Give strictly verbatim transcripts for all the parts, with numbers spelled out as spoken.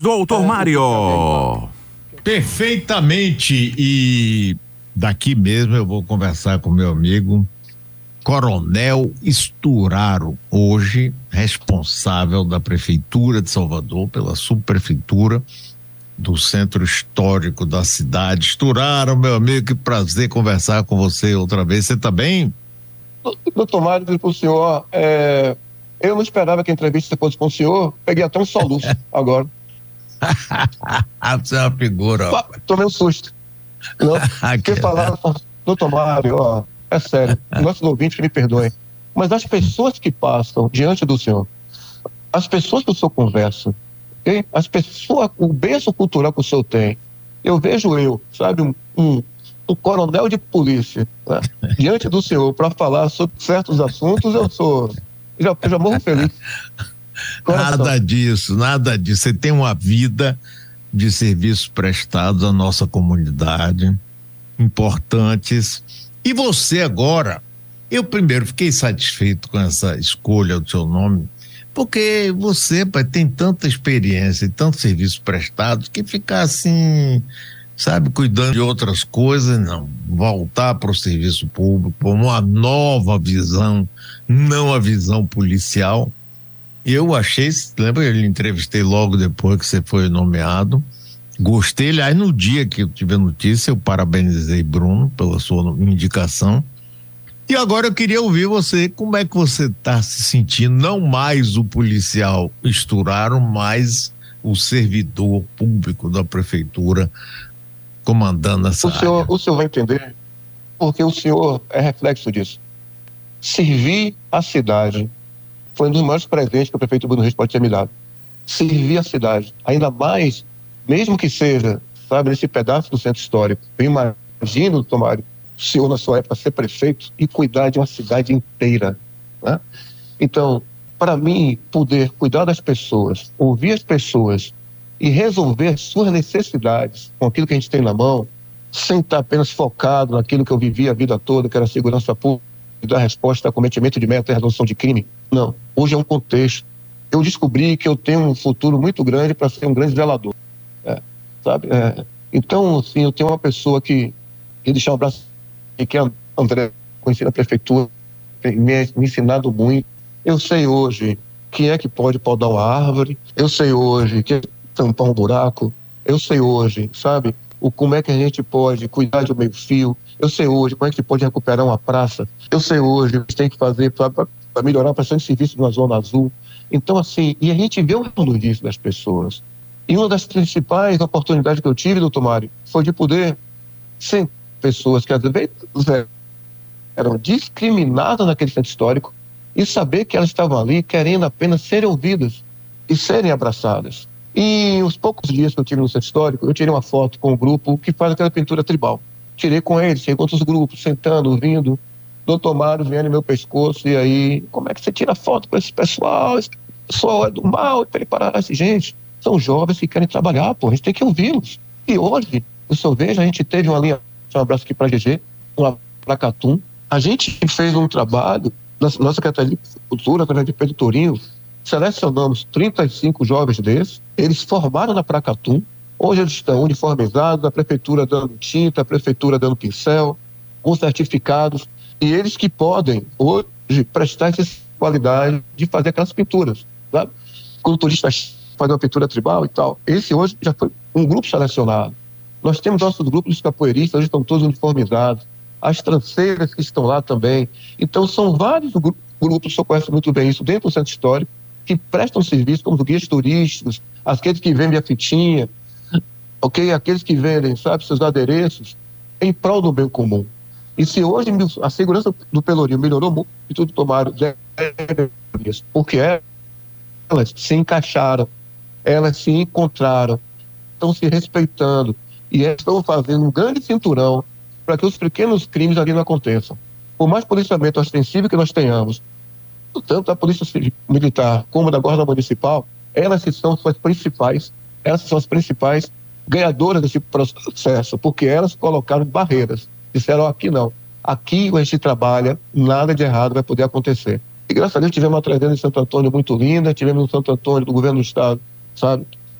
doutor é, Mário. Perfeitamente. E daqui mesmo eu vou conversar com meu amigo Coronel Sturaro, hoje responsável da Prefeitura de Salvador, pela subprefeitura do Centro Histórico da cidade. Sturaro, meu amigo, que prazer conversar com você outra vez. Você está bem? Doutor Mário, diz para o senhor, é, eu não esperava que a entrevista fosse com o senhor, peguei até um soluço agora. Você é uma figura. Pá, tomei um susto. Porque falaram, doutor Mário, ó, é sério, nossos ouvintes que me perdoem, mas as pessoas que passam diante do senhor, as pessoas que o senhor conversa, okay? As pessoas, o berço cultural que o senhor tem, eu vejo eu, sabe, um, um, um coronel de polícia, né, diante do senhor para falar sobre certos assuntos, eu sou, já, eu já morro feliz. Coração. Nada disso, nada disso. Você tem uma vida de serviços prestados à nossa comunidade, importantes. E você agora, eu primeiro fiquei satisfeito com essa escolha do seu nome, porque você, pai, tem tanta experiência e tantos serviços prestados que ficar assim, sabe, cuidando de outras coisas, não. Voltar para o serviço público, com uma nova visão, não a visão policial. Eu achei, lembra que eu lhe entrevistei logo depois que você foi nomeado? Gostei, aliás, no dia que eu tive a notícia, eu parabenizei Bruno pela sua indicação. E agora eu queria ouvir você, como é que você está se sentindo, não mais o policial Sturaro, mas o servidor público da prefeitura comandando essa o senhor, área. O senhor vai entender, porque o senhor é reflexo disso. Servir a cidade foi um dos maiores presentes que o prefeito Bruno Reis pode ter me dado. Servir a cidade, ainda mais, mesmo que seja, sabe, nesse pedaço do centro histórico. Eu imagino, doutor Mário, o senhor na sua época ser prefeito e cuidar de uma cidade inteira, né? Então, para mim, poder cuidar das pessoas, ouvir as pessoas e resolver suas necessidades com aquilo que a gente tem na mão, sem estar apenas focado naquilo que eu vivi a vida toda, que era a segurança pública, e dar resposta a cometimento de meta e resolução de crime. Não, hoje é um contexto. Eu descobri que eu tenho um futuro muito grande para ser um grande zelador, é, sabe? É, então, assim, eu tenho uma pessoa que, que deixar um abraço, que é André, conheci na prefeitura, me, me ensinado muito. Eu sei hoje quem é que pode podar uma árvore, eu sei hoje que é tampar um buraco, eu sei hoje, sabe, o, como é que a gente pode cuidar de um meio fio, eu sei hoje como é que a gente pode recuperar uma praça, eu sei hoje o que tem que fazer para melhorar a prestação de serviço na Zona Azul. Então, assim, e a gente vê o retorno disso das pessoas. E uma das principais oportunidades que eu tive, doutor Mário, foi de poder ser pessoas que às vezes eram discriminadas naquele centro histórico e saber que elas estavam ali querendo apenas serem ouvidas e serem abraçadas. E os poucos dias que eu tive no centro histórico, eu tirei uma foto com o grupo que faz aquela pintura tribal. Tirei com eles, tirei com outros grupos, sentando, ouvindo. Doutor Mário vinha no meu pescoço, e aí, como é que você tira foto com esse pessoal? Esse pessoal é do mal, para ele parar. Gente, são jovens que querem trabalhar, pô, a gente tem que ouvi-los. E hoje, o senhor veja, a gente teve uma linha, um abraço aqui para G G, uma para Catum. A gente fez um trabalho, nossa, nossa Secretaria de Cultura, a Secretaria de Pedro Tourinho, selecionamos trinta e cinco jovens desses, eles formaram na Pracatum, hoje eles estão uniformizados, a prefeitura dando tinta, a prefeitura dando pincel, com certificados, e eles que podem hoje prestar essa qualidade de fazer aquelas pinturas, sabe? Quando o turista faz uma pintura tribal e tal, esse hoje já foi um grupo selecionado. Nós temos nossos grupos de capoeiristas, hoje estão todos uniformizados, as tranceiras que estão lá também. Então são vários grupos, grupos, o senhor conhece muito bem isso, dentro do centro histórico, que prestam serviço como os guias turísticos, aqueles que vendem a fitinha, ok? Aqueles que vendem, sabe, seus adereços, em prol do bem comum. E se hoje a segurança do Pelourinho melhorou muito, e tudo tomaram isso, porque elas se encaixaram, elas se encontraram, estão se respeitando, e estão fazendo um grande cinturão para que os pequenos crimes ali não aconteçam. Por mais policiamento ostensivo que nós tenhamos, tanto da Polícia Militar como da Guarda Municipal, elas são as principais, elas são as principais ganhadoras desse processo, porque elas colocaram barreiras. Disseram, oh, aqui não. Aqui a gente trabalha, nada de errado vai poder acontecer. E graças a Deus tivemos uma tragédia em Santo Antônio muito linda, tivemos no Santo Antônio do governo do estado, sabe?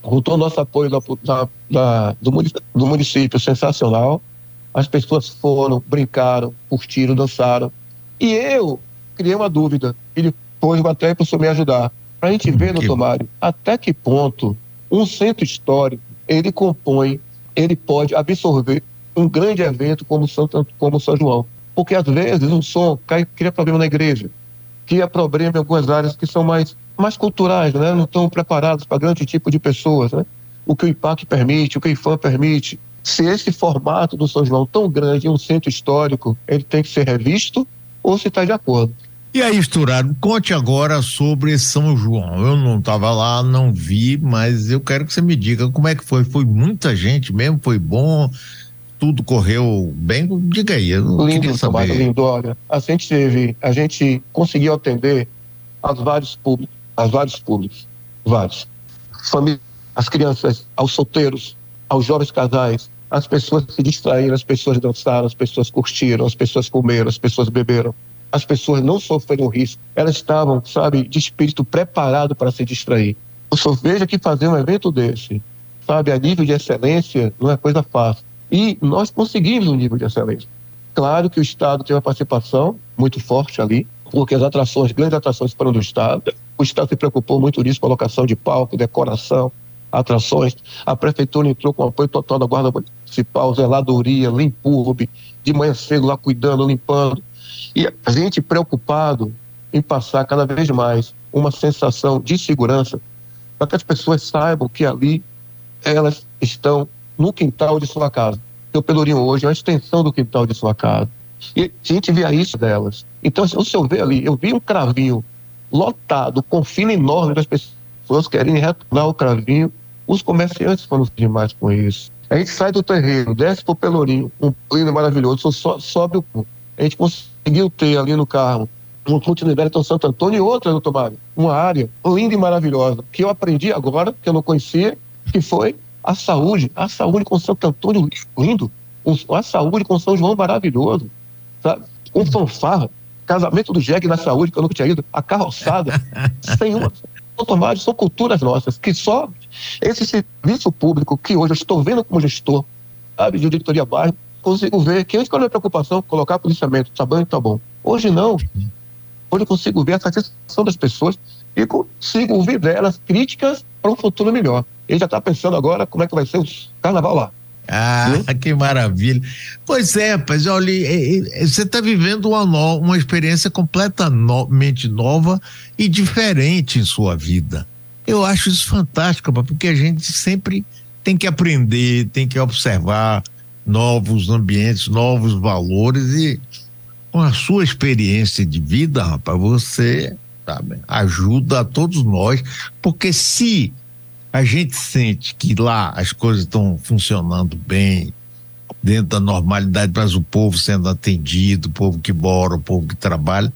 com todo o nosso apoio da, da, da, do, município, do município, sensacional. As pessoas foram, brincaram, curtiram, dançaram. E eu criei uma dúvida, e depois eu até para o senhor me ajudar. Para a gente ver, doutor Mário, até que ponto um centro histórico, ele compõe, ele pode absorver um grande evento como Santo, como São João. Porque às vezes um som cai, cria problema na igreja, cria problema em algumas áreas que são mais, mais culturais, né? Não estão preparados para grande tipo de pessoas, né? O que o I P A C permite, o que o I F A M permite. Se esse formato do São João tão grande em um centro histórico, ele tem que ser revisto ou se está de acordo. E aí, Sturaro, conte agora sobre São João. Eu não estava lá, não vi, mas eu quero que você me diga como é que foi. Foi muita gente mesmo? Foi bom? Tudo correu bem? Diga aí, eu não lindo, queria saber. Lindo, olha, a gente teve, a gente conseguiu atender aos vários públicos, aos vários públicos, vários. Famílias, as crianças, aos solteiros, aos jovens casais. As pessoas se distraíram, as pessoas dançaram, as pessoas curtiram, as pessoas comeram, as pessoas beberam. As pessoas não sofreram risco. Elas estavam, sabe, de espírito preparado para se distrair. Eu só vejo que fazer um evento desse, sabe, a nível de excelência, não é coisa fácil. E nós conseguimos um nível de excelência. Claro que o Estado tem uma participação muito forte ali, porque as atrações, grandes atrações foram do Estado. O Estado se preocupou muito nisso, colocação de palco, decoração, atrações. A Prefeitura entrou com apoio total da Guarda Municipal, zeladoria, limpurbe, de manhã cedo lá cuidando, limpando. E a gente preocupado em passar cada vez mais uma sensação de segurança para que as pessoas saibam que ali elas estão no quintal de sua casa. O Pelourinho hoje é uma extensão do quintal de sua casa. E a gente via isso delas. Então, se eu ver ali, eu vi um cravinho lotado, com fila enorme das pessoas querendo retornar o cravinho. Os comerciantes foram demais com isso. A gente sai do terreiro, desce pro Pelourinho, um lindo maravilhoso, só sobe o ponto. A gente conseguiu ter ali no carro um continuidade de Santo Antônio e outra, doutor Mário, uma área linda e maravilhosa, que eu aprendi agora, que eu não conhecia, que foi a saúde, a saúde com Santo Antônio lindo, a saúde com São João maravilhoso, sabe? Um fanfarra, casamento do jegue na saúde, que eu nunca tinha ido, a carroçada, sem uma... Doutor Mário, são culturas nossas, que só esse serviço público que hoje eu estou vendo como gestor, sabe, de diretoria bairro, consigo ver que antes, quando a minha preocupação, colocar policiamento, tá bom, tá bom. Hoje não. Hoje eu consigo ver a satisfação das pessoas e consigo ouvir delas críticas para um futuro melhor. Ele já está pensando agora como é que vai ser o carnaval lá. Ah, hum? Que maravilha. Pois é, rapaz, olha, você está vivendo uma, no, uma experiência completamente nova e diferente em sua vida. Eu acho isso fantástico, porque a gente sempre tem que aprender, tem que observar novos ambientes, novos valores, e com a sua experiência de vida, rapaz, você, sabe, ajuda a todos nós, porque se a gente sente que lá as coisas estão funcionando bem, dentro da normalidade, mas o povo sendo atendido, o povo que mora, o povo que trabalha,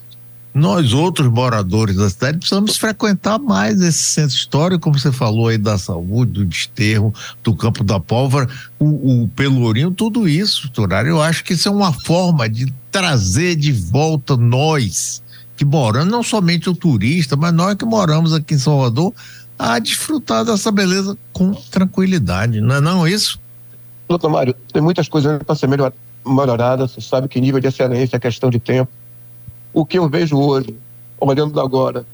nós outros moradores da cidade precisamos frequentar mais esse centro histórico, como você falou aí, da saúde, do desterro, do Campo da Pólvora, o, o Pelourinho, tudo isso, Turari. Eu acho que isso é uma forma de trazer de volta nós que moramos, não somente o turista, mas nós que moramos aqui em Salvador, a desfrutar dessa beleza com tranquilidade, não é não isso? Doutor Mário, tem muitas coisas para ser melhor, melhoradas, você sabe que nível de excelência é questão de tempo. O que eu vejo hoje, olhando agora,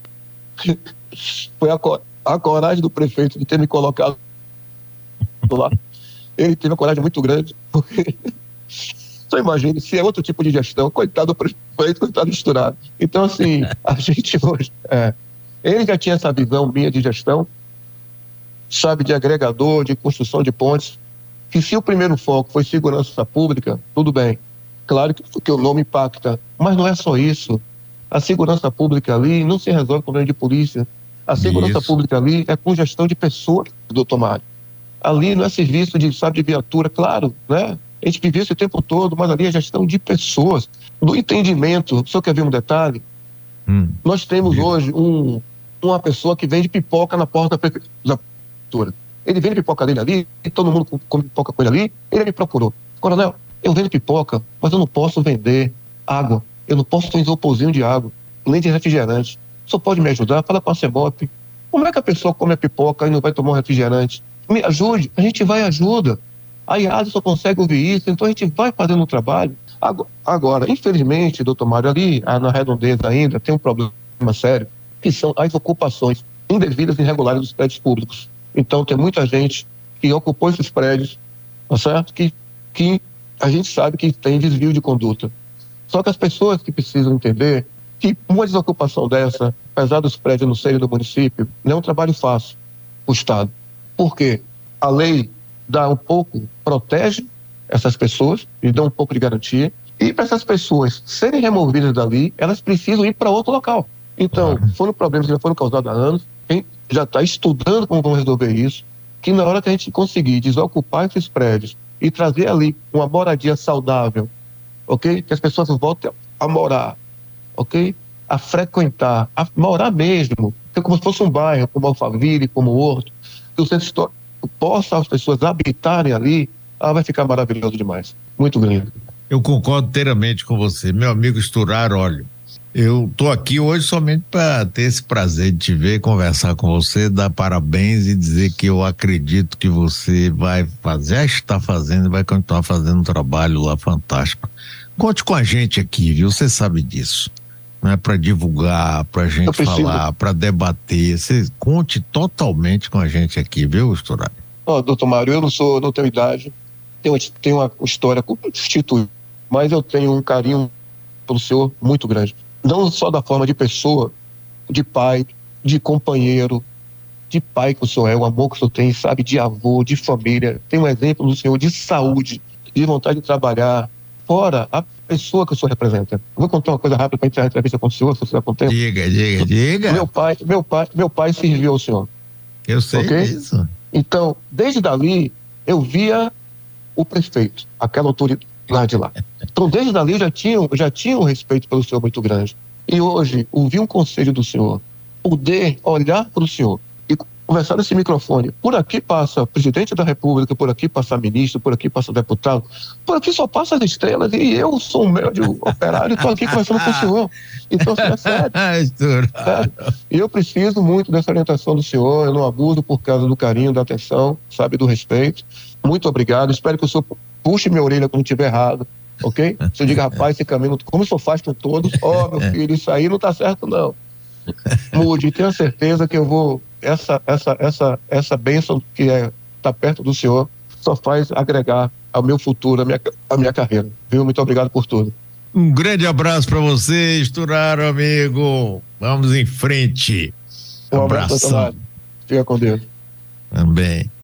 foi a, a coragem do prefeito de ter me colocado lá. Ele teve uma coragem muito grande, porque só imagine, se é outro tipo de gestão, coitado do prefeito, coitado misturado. Então, assim, a gente hoje, é, ele já tinha essa visão minha de gestão, sabe, de agregador, de construção de pontes, que se o primeiro foco foi segurança pública, tudo bem. Claro que, que o nome impacta, mas não é só isso. A segurança pública ali não se resolve com problema de polícia. A segurança isso. pública ali é com gestão de pessoas, doutor Mário. Ali não é serviço de, sabe, de viatura, claro, né? A gente vive isso o tempo todo, mas ali é gestão de pessoas, do entendimento. O senhor quer ver um detalhe? Hum. Nós temos Sim. hoje um, uma pessoa que vende pipoca na porta da prefeitura. Ele vende pipoca dele ali, e todo mundo come pipoca com ele ali, ele me procurou. Coronel, eu vendo pipoca, mas eu não posso vender água. Eu não posso ter um isoporzinho de água, nem de refrigerante. O senhor pode me ajudar? Fala com a CEMOP. Como é que a pessoa come a pipoca e não vai tomar um refrigerante? Me ajude, a gente vai e ajuda. A I A D só consegue ouvir isso, então a gente vai fazendo o trabalho. Agora, infelizmente, doutor Mário, ali na redondeza ainda tem um problema sério, que são as ocupações indevidas e irregulares dos prédios públicos. Então tem muita gente que ocupou esses prédios, tá certo? Que, que a gente sabe que tem desvio de conduta. Só que as pessoas que precisam entender que uma desocupação dessa, apesar dos prédios no seio do município, não é um trabalho fácil para o Estado. Por quê? A lei dá um pouco, protege essas pessoas e dá um pouco de garantia, e para essas pessoas serem removidas dali, elas precisam ir para outro local. Então, foram problemas que já foram causados há anos, quem já está estudando como vão resolver isso, que na hora que a gente conseguir desocupar esses prédios e trazer ali uma moradia saudável, ok? Que as pessoas voltem a morar, ok? A frequentar, a morar mesmo, como se fosse um bairro, como Alphaville, como Horto, que o centro histórico possa as pessoas habitarem ali, ah, vai ficar maravilhoso demais. Muito grande. Eu concordo inteiramente com você. Meu amigo Sturaro, olha, eu estou aqui hoje somente para ter esse prazer de te ver, conversar com você, dar parabéns e dizer que eu acredito que você vai fazer, já está fazendo e vai continuar fazendo um trabalho lá fantástico. Conte com a gente aqui, viu? Você sabe disso. Não é para divulgar, para a gente falar, para debater. Você conte totalmente com a gente aqui, viu, Sturaro? Ó, oh, doutor Mário, eu não sou, não tenho idade, tenho, tenho uma história constituída, mas eu tenho um carinho pelo senhor muito grande. Não só da forma de pessoa, de pai, de companheiro, de pai que o senhor é, o amor que o senhor tem, sabe, de avô, de família. Tem um exemplo do senhor de saúde, de vontade de trabalhar, fora a pessoa que o senhor representa. Vou contar uma coisa rápida para encerrar a entrevista com o senhor, se você vai com tempo. Diga, diga, diga. Meu pai, meu pai, meu pai serviu ao senhor. Eu sei okay? disso. Então, desde dali, eu via o prefeito, aquela autoridade lá. Então, desde dali, eu já tinha, eu já tinha um respeito pelo senhor muito grande. E hoje, ouvir um conselho do senhor, poder olhar para o senhor e conversar nesse microfone. Por aqui passa presidente da República, por aqui passa ministro, por aqui passa deputado, por aqui só passa as estrelas e eu sou um médio operário e estou aqui conversando com o senhor. Então, é sério. sério. E eu preciso muito dessa orientação do senhor, eu não abuso por causa do carinho, da atenção, sabe, do respeito. Muito obrigado, espero que o senhor puxe minha orelha quando estiver errado, ok? Se eu diga, rapaz, esse caminho, como o senhor faz com todos, ó, oh, meu filho, isso aí não está certo não. Mude, tenha certeza que eu vou, essa, essa, essa, essa bênção que é tá perto do senhor, só faz agregar ao meu futuro, à minha, à minha carreira, viu? Muito obrigado por tudo. Um grande abraço para você, Sturaro, amigo. Vamos em frente. Um abraço. Fica com Deus. Também.